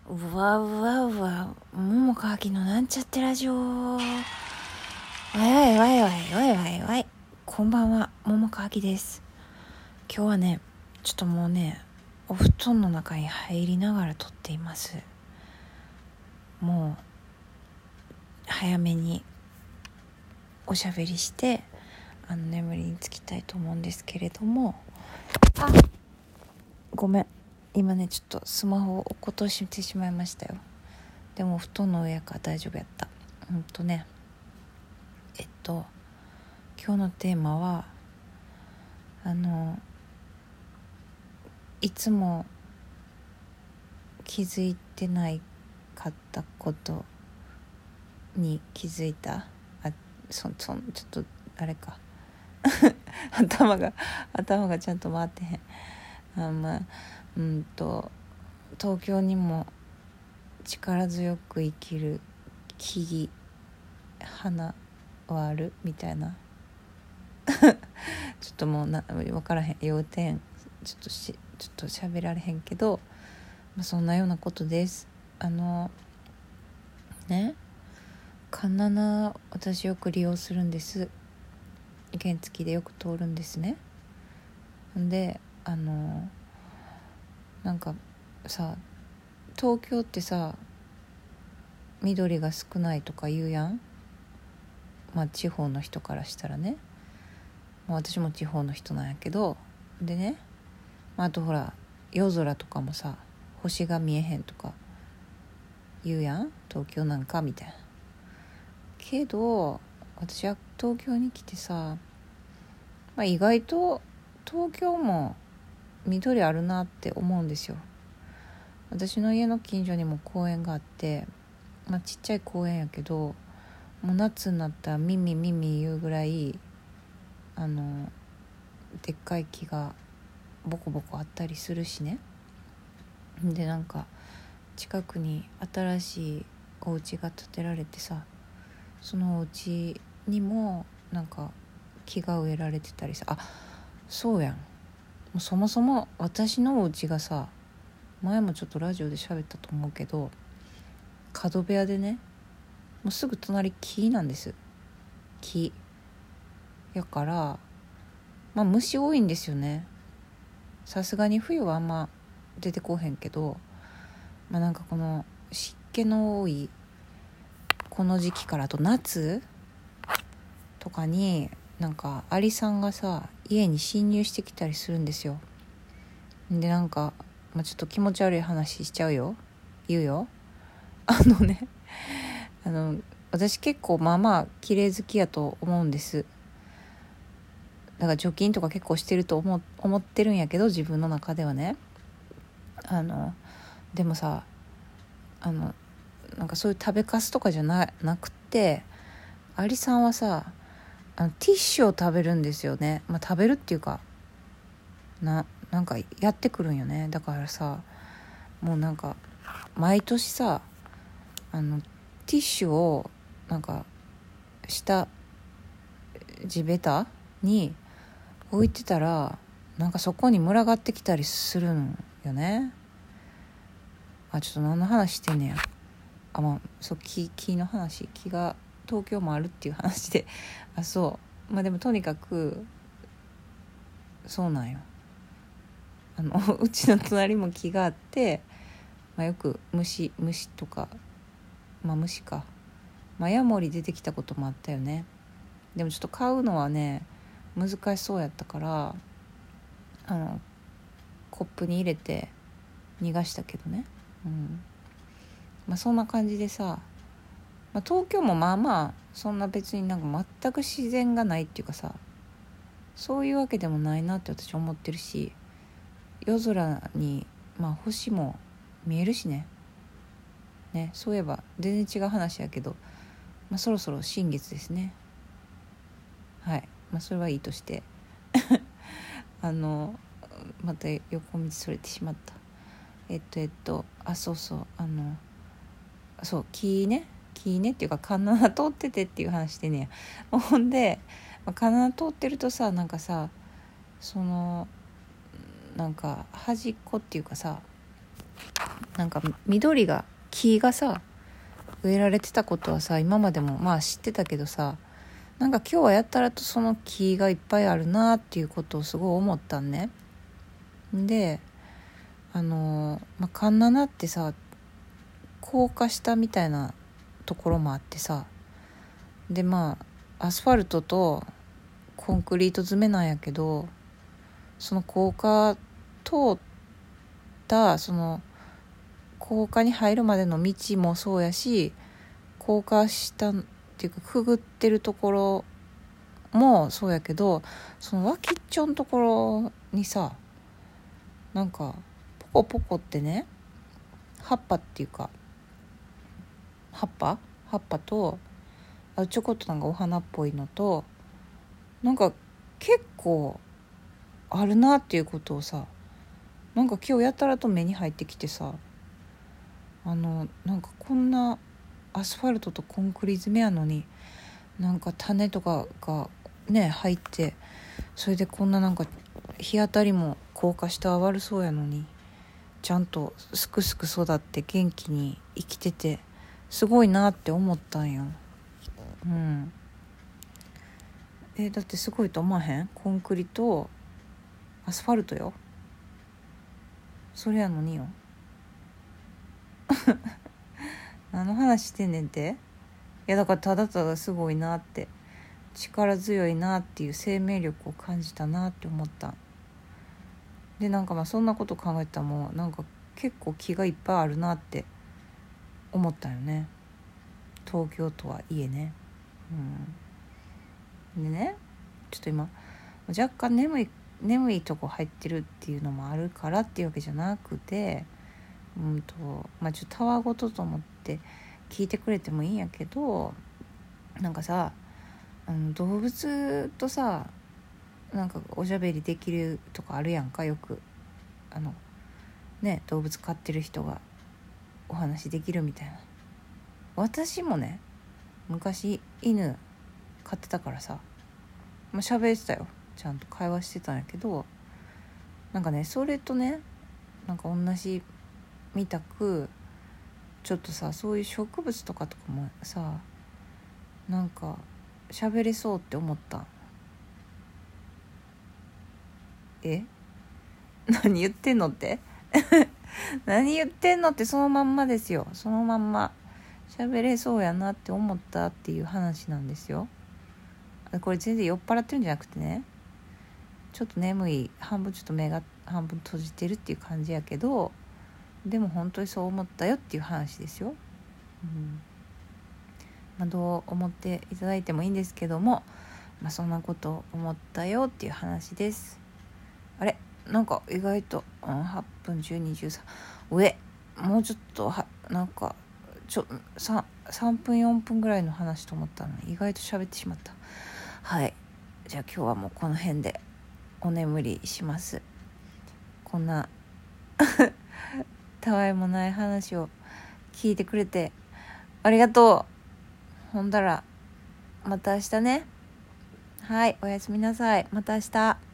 うわうわうわ、桃川きのなんちゃってラジオ。わいわいわいわいわいわいわい。こんばんは、桃川きです。今日はね、ちょっともうね、お布団の中に入りながら撮っています。もう早めにおしゃべりして眠りにつきたいと思うんですけれども、ごめん、今ねちょっとスマホを落っことしてしまいましたよ。でも布団の上やから大丈夫やった。今日のテーマはいつも気づいてないかったことに気づいた。ちょっとあれか頭がちゃんと回ってへん。東京にも力強く生きる木々花はあるみたいなちょっともう分からへん。要点ちょっと喋られへんけど、そんなようなことです。カンナナ私よく利用するんです。原付でよく通るんですね。でなんかさ、東京ってさ緑が少ないとか言うやん。地方の人からしたらね、私も地方の人なんやけど、でね、あとほら夜空とかもさ星が見えへんとか言うやん、東京なんかみたいな。けど私は東京に来てさ、意外と東京も緑あるなって思うんですよ。私の家の近所にも公園があって、ちっちゃい公園やけど、もう夏になったらミミ言うぐらいでっかい木がボコボコあったりするしね。でなんか近くに新しいお家が建てられてさ、そのお家にもなんか木が植えられてたりさ、そうやん、もうそもそも私のお家がさ、前もちょっとラジオで喋ったと思うけど、角部屋でね、もうすぐ隣木なんです。木やから虫多いんですよね。さすがに冬はあんま出てこへんけど、なんかこの湿気の多いこの時期から、あと夏とかになんかアリさんがさ家に侵入してきたりするんですよ。でなんか、ちょっと気持ち悪い話しちゃうよ、言うよ。私結構綺麗好きやと思うんです。だから除菌とか結構してると思ってるんやけど、自分の中ではね。でもさ、なんかそういう食べかすとかじゃなくて、アリさんはさティッシュを食べるんですよね。食べるっていうかなんかやってくるんよね。だからさ、もうなんか毎年さティッシュをなんか下地べたに置いてたら、なんかそこに群がってきたりするんよね。ちょっと何の話してんねや。そう木の話、木が東京もあるっていう話でそうでもとにかくそうなんよ。うちの隣も木があって、よく虫とか虫かヤモリ出てきたこともあったよね。でもちょっと買うのはね難しそうやったから、コップに入れて逃がしたけどね。そんな感じでさ、東京もそんな別になんか全く自然がないっていうかさ、そういうわけでもないなって私は思ってるし、夜空に星も見えるしね。そういえば全然違う話やけど、そろそろ新月ですね。はい、それはいいとしてまた横道それてしまった。そう木ねっていうかカンナナ通っててっていう話でね。ほんで、カンナナ通ってるとさ、なんかさなんか端っこっていうかさ、 なんか木がさ植えられてたことはさ今までもまあ知ってたけどさ、なんか今日はやったらとその木がいっぱいあるなっていうことをすごい思ったんね。でカンナナってさ高架下みたいなところもあってさ、でアスファルトとコンクリート詰めなんやけど、その高架通ったその高架に入るまでの道もそうやし、高架下っていうかくぐってるところもそうやけど、その脇っちょのところにさなんかポコポコってね、葉っぱっていうか葉っぱとちょこっとなんかお花っぽいのとなんか結構あるなっていうことをさ、なんか今日やたらと目に入ってきてさ、なんかこんなアスファルトとコンクリ詰めやのになんか種とかがね入って、それでこんななんか日当たりも高架下は悪そうやのにちゃんとすくすく育って元気に生きててすごいなって思ったんよ。だってすごいと思わへん？コンクリとアスファルトよ、それやのによ何の話してんねんって。いやだからただただすごいなって、力強いなっていう生命力を感じたなって思った。でなんかそんなこと考えたらもうなんか結構気がいっぱいあるなって思ったよね、東京とはいえね。でね、ちょっと今若干眠いとこ入ってるっていうのもあるからっていうわけじゃなくて、ちょっとたわごとと思って聞いてくれてもいいんやけど、なんかさ動物とさなんかおしゃべりできるとかあるやんか、よく動物飼ってる人がお話できるみたいな。私もね昔犬飼ってたからさ、喋ってたよ、ちゃんと会話してたんやけど、なんかねそれとねなんか同じみたくちょっとさそういう植物とかもさなんか喋れそうって思った。何言ってんのって何言ってんのって、そのまんまですよ、そのまんま喋れそうやなって思ったっていう話なんですよ。これ全然酔っ払ってるんじゃなくてね、ちょっと眠い、半分ちょっと目が半分閉じてるっていう感じやけど、でも本当にそう思ったよっていう話ですよ。どう思っていただいてもいいんですけども、そんなこと思ったよっていう話です。あれなんか意外と、8分12、13もうちょっとなんか3分4分ぐらいの話と思ったのに意外と喋ってしまった。はい、じゃあ今日はもうこの辺でお眠りします。こんなたわいもない話を聞いてくれてありがとう。ほんだらまた明日ね。はい、おやすみなさい。また明日。